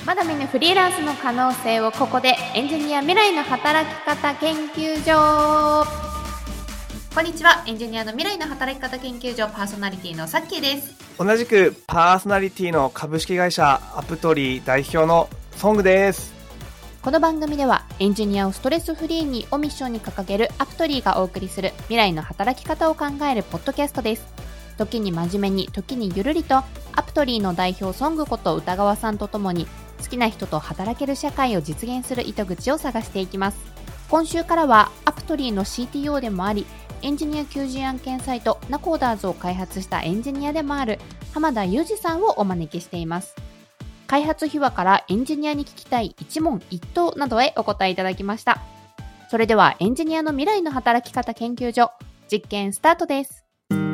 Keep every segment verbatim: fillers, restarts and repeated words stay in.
まだ見ぬフリーランスの可能性をここで。エンジニア未来の働き方研究所。こんにちは。エンジニアの未来の働き方研究所パーソナリティのさっきーです。 同じくパーソナリティの株式会社アプトリー代表のソングです。 この番組ではエンジニアをストレスフリーにをミッションに掲げるアプトリーがお送りする未来の働き方を考えるポッドキャストです。時に真面目に、時にゆるりと、アプトリーの代表ソングこと歌川さんとともに好きな人と働ける社会を実現する糸口を探していきます。今週からはアプトリーの シーティーオー でもあり、エンジニア求人案件サイトナコーダーズを開発したエンジニアでもある浜田裕二さんをお招きしています。開発秘話からエンジニアに聞きたい一問一答などへお答えいただきました。それではエンジニアの未来の働き方研究所実験スタートです。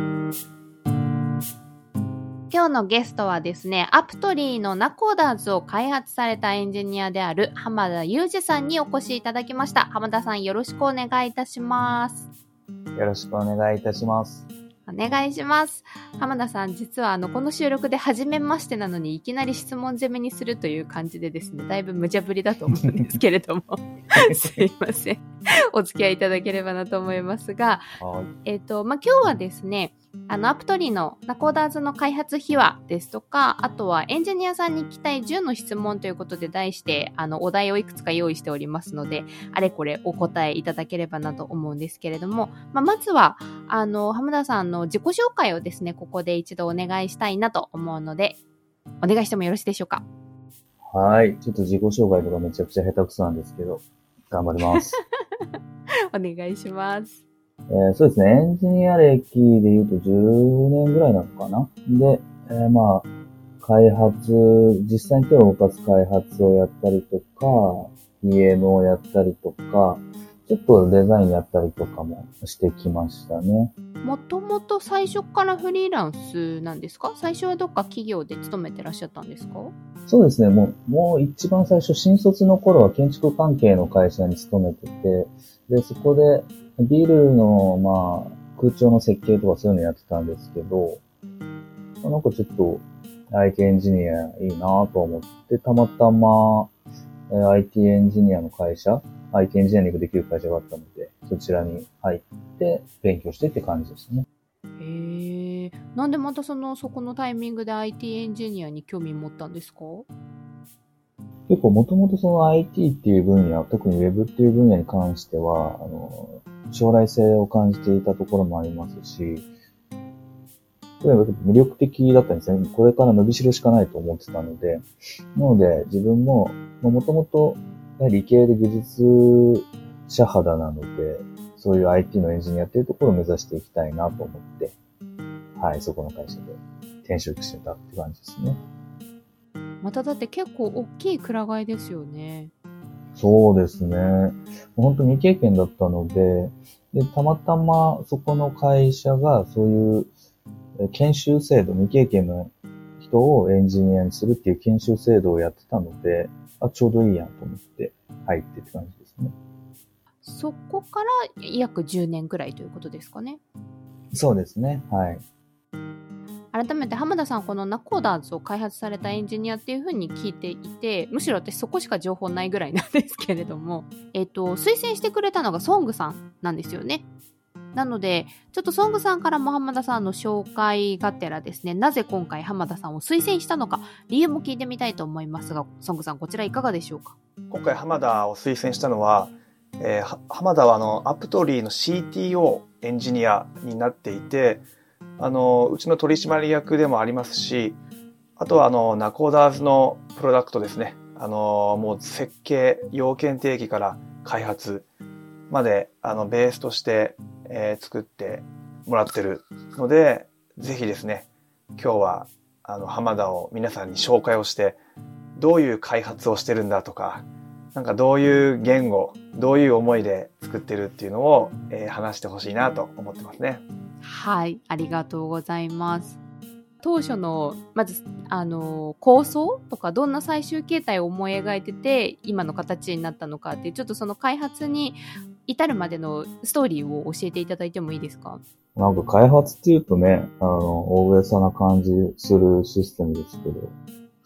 今日のゲストはですね、アプトリーのナコーダーズを開発されたエンジニアである浜田裕二さんにお越しいただきました。浜田さん、よろしくお願いいたします。 よろしくお願いいたします。 お願いします。浜田さん、実はあのこの収録で初めましてなのにいきなり質問攻めにするという感じでですね、だいぶ無茶ぶりだと思うんですけれどもすいません、お付き合いいただければなと思いますが、えっと、まあ、今日はですね、あのアプトリーのナコーダーズの開発秘話ですとか、あとはエンジニアさんに聞きたいじゅうの質問ということで題してあのお題をいくつか用意しておりますので、あれこれお答えいただければなと思うんですけれども、まあ、まずはあの浜田さんの自己紹介をですね、ここで一度お願いしたいなと思うのでお願いしてもよろしいでしょうか。 はい、ちょっと自己紹介とかめちゃくちゃ下手くそなんですけど頑張りますお願いします。 えー、そうですね、エンジニア歴で言うとじゅうねんぐらいなのかな。で、えー、まあ開発、実際に手を動かす開発をやったりとか ピーエム をやったりとか、ちょっとデザインやったりとかもしてきましたね。 もともと最初からフリーランスなんですか？最初はどっか企業で勤めてらっしゃったんですか？ そうですね、もう、もう一番最初、新卒の頃は建築関係の会社に勤めてて、で、そこでビルの、まあ、空調の設計とかそういうのやってたんですけど、なんかちょっと アイティー エンジニアいいなと思って、たまたま アイティー エンジニアの会社、アイティー エンジニアリングできる会社があったので、そちらに入って勉強してって感じですね。 へえ、なんでまたそのそこのタイミングで アイティー エンジニアに興味持ったんですか？ 結構もともとその アイティー っていう分野、特に Web っていう分野に関しては、あの、将来性を感じていたところもありますし、とにかく魅力的だったんですね。これから伸びしろしかないと思ってたので、なので自分も、もともと理系で技術者肌なので、そういう アイティー のエンジニアっていうところを目指していきたいなと思って、はい、そこの会社で転職してたって感じですね。 まただって結構大きいくら替えですよね。 そうですね。本当未経験だったので、で、たまたまそこの会社がそういう研修制度、未経験の人をエンジニアにするっていう研修制度をやってたので、あ、ちょうどいいやと思って入ってって感じですね。 そこから約じゅうねんくらいということですかね。 そうですね。はい。 改めて浜田さん、このナコーダーズを開発されたエンジニアっていう風に聞いていて、むしろ私そこしか情報ないぐらいなんですけれども、えっと、推薦してくれたのがソングさんなんですよね。なので、ちょっとソングさんからも浜田さんの紹介がてらですね、なぜ今回浜田さんを推薦したのか、理由も聞いてみたいと思いますが、ソングさん、こちらいかがでしょうか？ 今回浜田を推薦したのは、えー、浜田はあのアプトリーの シーティーオー エンジニアになっていて、あのうちの取締役でもありますし、あとはあのナコーダーズのプロダクトですね、あのもう設計要件定義から開発まであのベースとして、えー、作ってもらってるので、ぜひですね、今日はあの浜田を皆さんに紹介をして、どういう開発をしてるんだとか、なんかどういう言語、どういう思いで作ってるっていうのを、えー、話してほしいなと思ってますね。 はい、ありがとうございます。当初のまずあの構想とか、どんな最終形態を思い描いてて今の形になったのかっていう、ちょっとその開発に至るまでのストーリーを教えていただいてもいいですか？ なんか開発っていうとね、あの大げさな感じするシステムですけど、普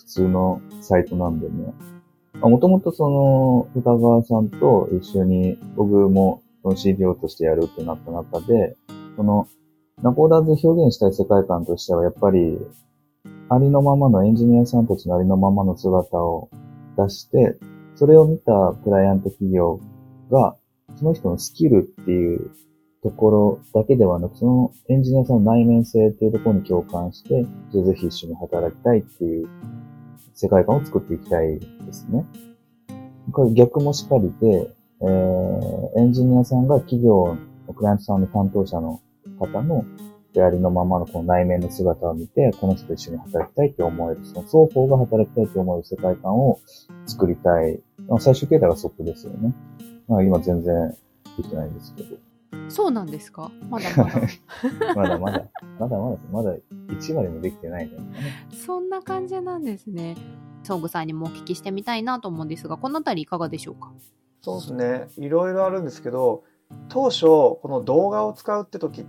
通のサイトなんでね。もともとその、歌川さんと一緒に僕もその シーディーオー としてやるってなった中で、その、ナコーダーズ表現したい世界観としてはやっぱり、ありのままのエンジニアさんたちのありのままの姿を出して、それを見たクライアント企業が、その人のスキルっていうところだけではなく、そのエンジニアさんの内面性っていうところに共感して、じゃあぜひ一緒に働きたいっていう世界観を作っていきたいですね。これ逆もしっかりで、えー、エンジニアさんが企業のクライアントさんの担当者の方のありのままのこの内面の姿を見て、この人と一緒に働きたいって思える、その双方が働きたいって思える世界観を作りたい。最終形態がそこですよね。まあ、今全然できてないんですけど。 そうなんですか？まだまだ。 まだまだ、まだまだ、まだいち割もできてないね。 そんな感じなんですね。ソングさんにもお聞きしてみたいなと思うんですが、このあたりいかがでしょうか？ そうですね。いろいろあるんですけど、当初、この動画を使うって時って、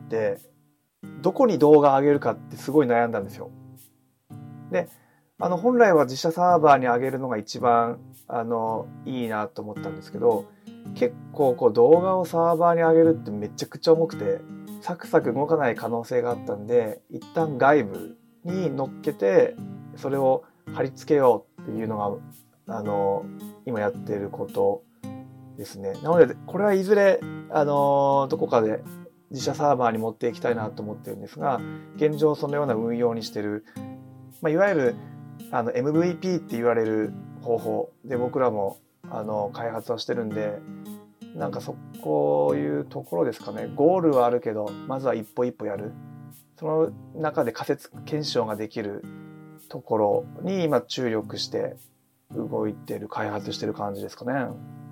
どこに動画上げるかってすごい悩んだんですよ。で、あの、本来は自社サーバーに上げるのが一番、あの、いいなと思ったんですけど、結構こう動画をサーバーに上げるってめちゃくちゃ重くて、サクサク動かない可能性があったんで、一旦外部に乗っけて、それを貼り付けようっていうのが、あの、今やっていることですね。なので、これはいずれ、あの、どこかで自社サーバーに持っていきたいなと思ってるんですが、現状そのような運用にしてる、まあ、いわゆるあの エムブイピー って言われる方法で僕らもあの開発はしてるんで、なんかそこいうところですかね。ゴールはあるけど、まずは一歩一歩やる。その中で仮説検証ができるところに今注力して動いてる、開発してる感じですかね。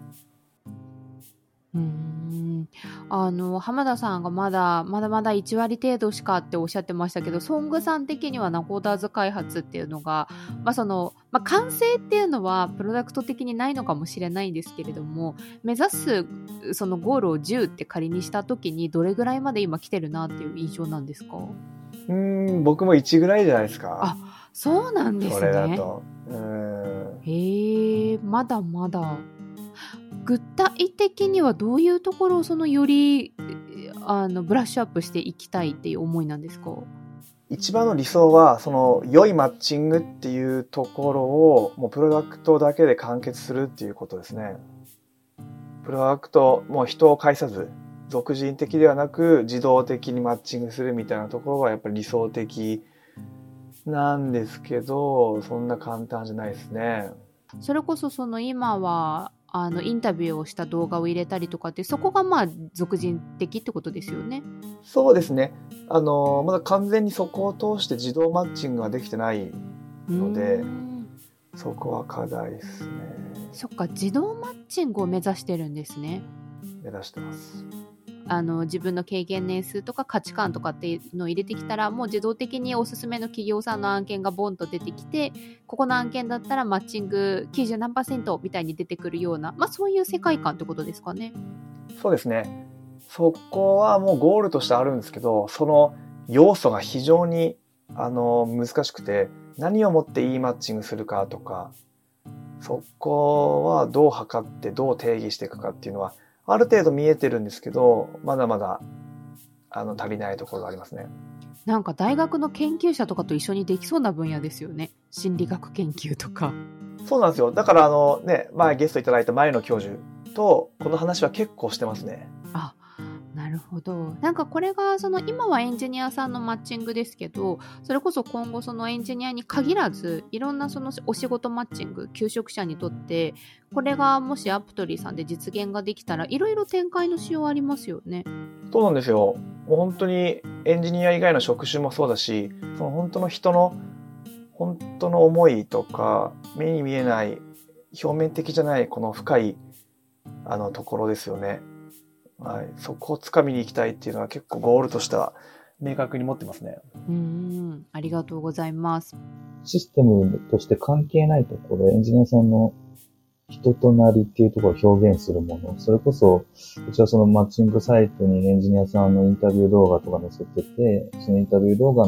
うーんあの浜田さんがまだまだまだいち割程度しかっておっしゃってましたけど、ソングさん的にはナコーダーズ開発っていうのが、まあそのまあ、完成っていうのはプロダクト的にないのかもしれないんですけれども、目指すそのゴールをじゅうって仮にした時にどれぐらいまで今来てるなっていう印象なんですか？ うーん僕もいちぐらいじゃないですか。 あ、そうなんですね。 それだとうーんへえ、まだまだ。具体的にはどういうところをそのよりあのブラッシュアップしていきたいっていう思いなんですか？ 一番の理想はその良いマッチングっていうところをもうプロダクトだけで完結するっていうことですね。プロダクトもう人を介さず属人的ではなく自動的にマッチングするみたいなところがやっぱり理想的なんですけど、そんな簡単じゃないですね。 それこそその今はあのインタビューをした動画を入れたりとかって、そこがまあ属人的ってことですよね。 そうですね。あのまだ完全にそこを通して自動マッチングができてないので、そこは課題ですね。 そっか、自動マッチングを目指してるんですね。 目指してます。 あの自分の経験年数とか価値観とかっていうのを入れてきたら、もう自動的におすすめの企業さんの案件がボンと出てきて、ここの案件だったらマッチングきゅうじゅう何パーセントみたいに出てくるような、まあそういう世界観ってことですかね。 そうですね。そこはもうゴールとしてあるんですけど、その要素が非常にあの難しくて、何をもっていいマッチングするかとか、そこはどう測ってどう定義していくかっていうのはある程度見えてるんですけど、まだまだあの足りないところがありますね。 なんか大学の研究者とかと一緒にできそうな分野ですよね。心理学研究とか。 そうなんですよ。だからあのね、前ゲストいただいた前野教授とこの話は結構してますね。 あ、なるほど。なんかこれがその今はエンジニアさんのマッチングですけど、それこそ今後そのエンジニアに限らずいろんなそのお仕事マッチング、求職者にとってこれがもしアプトリーさんで実現ができたらいろいろ展開のしようありますよね。 そうなんですよ。もう本当にエンジニア以外の職種もそうだし、その本当の人の本当の思いとか目に見えない表面的じゃないこの深いあのところですよね。はい、そこをつかみに行きたいっていうのは結構ゴールとしては明確に持ってますね。 うーん、ありがとうございます。 システムとして関係ないところ、エンジニアさんの人となりっていうところを表現するもの、それこそ、うちはそのマッチングサイトにエンジニアさんのインタビュー動画とか載せてて、そのインタビュー動画の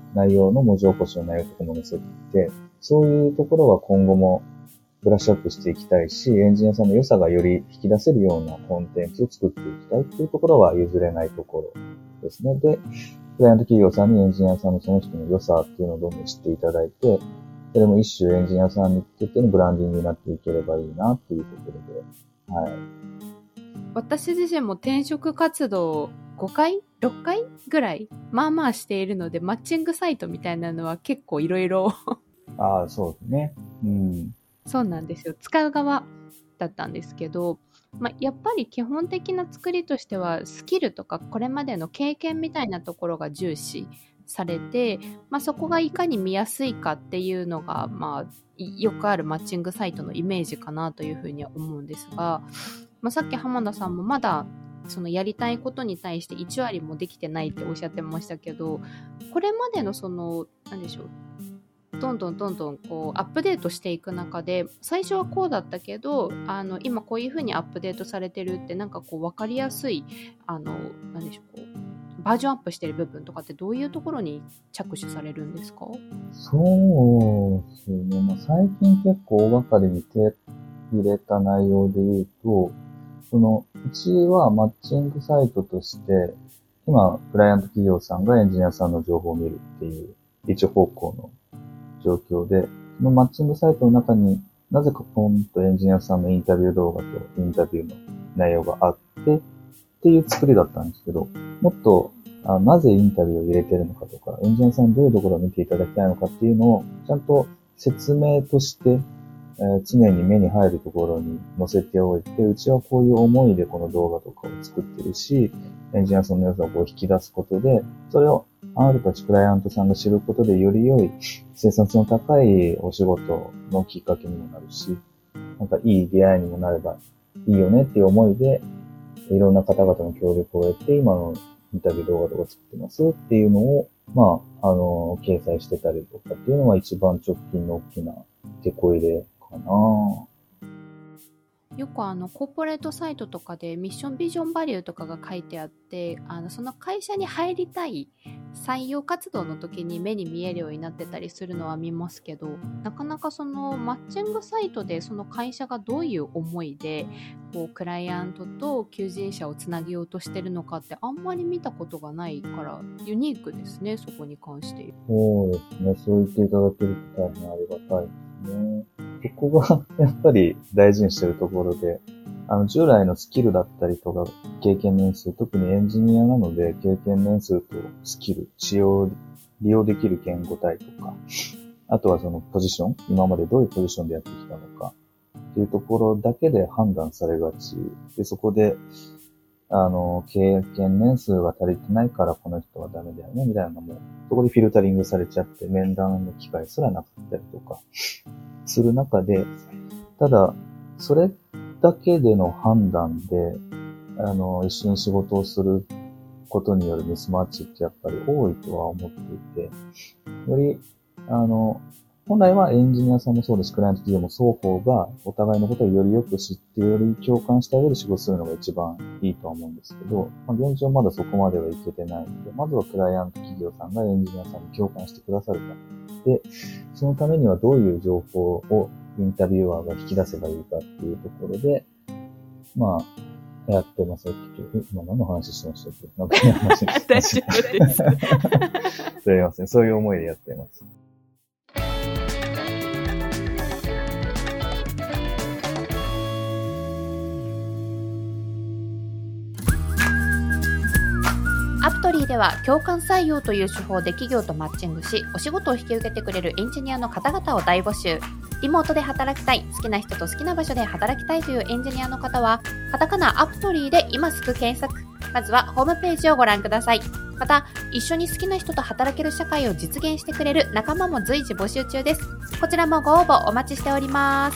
内容の文字起こしの内容とかも載せていて、そういうところは今後もブラッシュアップしていきたいし、エンジニアさんの良さがより引き出せるようなコンテンツを作っていきたいっていうところは譲れないところですね。で、クライアント企業さんにエンジニアさんのその人の良さっていうのをどんどん知っていただいて、それも一種エンジニアさんにとってのブランディングになっていければいいなっていうところで、はい。 私自身も転職活動ごかいろっかいぐらいまあまあしているので、マッチングサイトみたいなのは結構いろいろああ、そうですね。うん。 そうなんですよ。使う側だったんですけど、まあ、やっぱり基本的な作りとしてはスキルとかこれまでの経験みたいなところが重視されて、まあ、そこがいかに見やすいかっていうのが、まあ、よくあるマッチングサイトのイメージかなというふうには思うんですが、まあ、さっき浜田さんもまだそのやりたいことに対していち割もできてないっておっしゃってましたけど、これまでのその何でしょう、どんどんどんどんこうアップデートしていく中で、最初はこうだったけど、あの今こういう風にアップデートされてるって、なんかこう分かりやすい、あの何でしょう、こうバージョンアップしてる部分とかってどういうところに着手されるんですか？ そうですね。まあ、最近結構大掛かりに手入れた内容で言うと、その、うちはマッチングサイトとして、今、クライアント企業さんがエンジニアさんの情報を見るっていう一方向の状況で、そのマッチングサイトの中になぜかポンとエンジニアさんのインタビュー動画とインタビューの内容があってっていう作りだったんですけど、もっとあなぜインタビューを入れてるのかとか、エンジニアさんにどういうところを見ていただきたいのかっていうのをちゃんと説明として、えー、常に目に入るところに載せておいて、うちはこういう思いでこの動画とかを作ってるし、エンジニアさんの良さをこう引き出すことで、それをあなたたちクライアントさんが知ることでより良い生産性の高いお仕事のきっかけにもなるし、なんかいい出会いにもなればいいよねっていう思いで、いろんな方々の協力を得て、今のインタビュー動画とか作ってますっていうのを、まあ、あの、掲載してたりとかっていうのが一番直近の大きな手こ入れかな。 よくあのコーポレートサイトとかでミッションビジョンバリューとかが書いてあって、あのその会社に入りたい採用活動の時に目に見えるようになってたりするのは見ますけど、なかなかそのマッチングサイトでその会社がどういう思いでこうクライアントと求人者をつなげようとしてるのかってあんまり見たことがないからユニークですね、そこに関して。 そうですね。そう言っていただけると大変ありがたいですね。ここがやっぱり大事にしてるところで、あの従来のスキルだったりとか経験年数、特にエンジニアなので経験年数とスキル、使用、利用できる言語体とか、あとはそのポジション、今までどういうポジションでやってきたのかっていうところだけで判断されがちで、そこであの経験年数が足りてないからこの人はダメだよねみたいなのも、そこでフィルタリングされちゃって面談の機会すらなかったりとかする中で、ただそれだけでの判断であの一緒に仕事をすることによるミスマッチってやっぱり多いとは思っていて、よりあの本来はエンジニアさんもそうですし、クライアント企業も双方がお互いのことをよりよく知ってより共感した上で仕事するのが一番いいとは思うんですけど、まあ、現状まだそこまではいけてないので、まずはクライアント企業さんがエンジニアさんに共感してくださるか。で、そのためにはどういう情報をインタビュアーが引き出せばいいかっていうところで、まあ、やってます。結局、今何の話してましたっけ？なんかいい話大丈夫です。 すいません。そういう思いでやってます。 アプトリーでは共感採用という手法で企業とマッチングし、お仕事を引き受けてくれるエンジニアの方々を大募集。リモートで働きたい、好きな人と好きな場所で働きたいというエンジニアの方は、カタカナアプトリーで今すぐ検索。まずはホームページをご覧ください。また、一緒に好きな人と働ける社会を実現してくれる仲間も随時募集中です。こちらもご応募お待ちしております。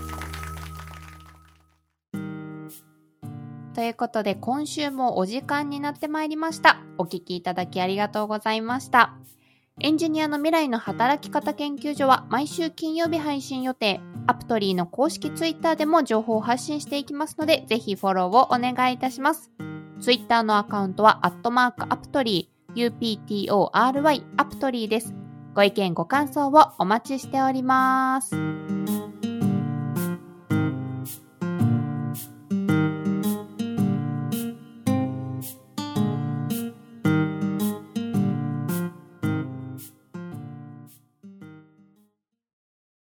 ということで、今週もお時間になってまいりました。お聞きいただきありがとうございました。エンジニアの未来の働き方研究所は毎週金曜日配信予定。アプトリーの公式ツイッターでも情報を発信していきますので、ぜひフォローをお願いいたします。ツイッターのアカウントはアットマークアプトリー、 ユーピーティーオーアールワイ アプトリーです。ご意見ご感想をお待ちしております。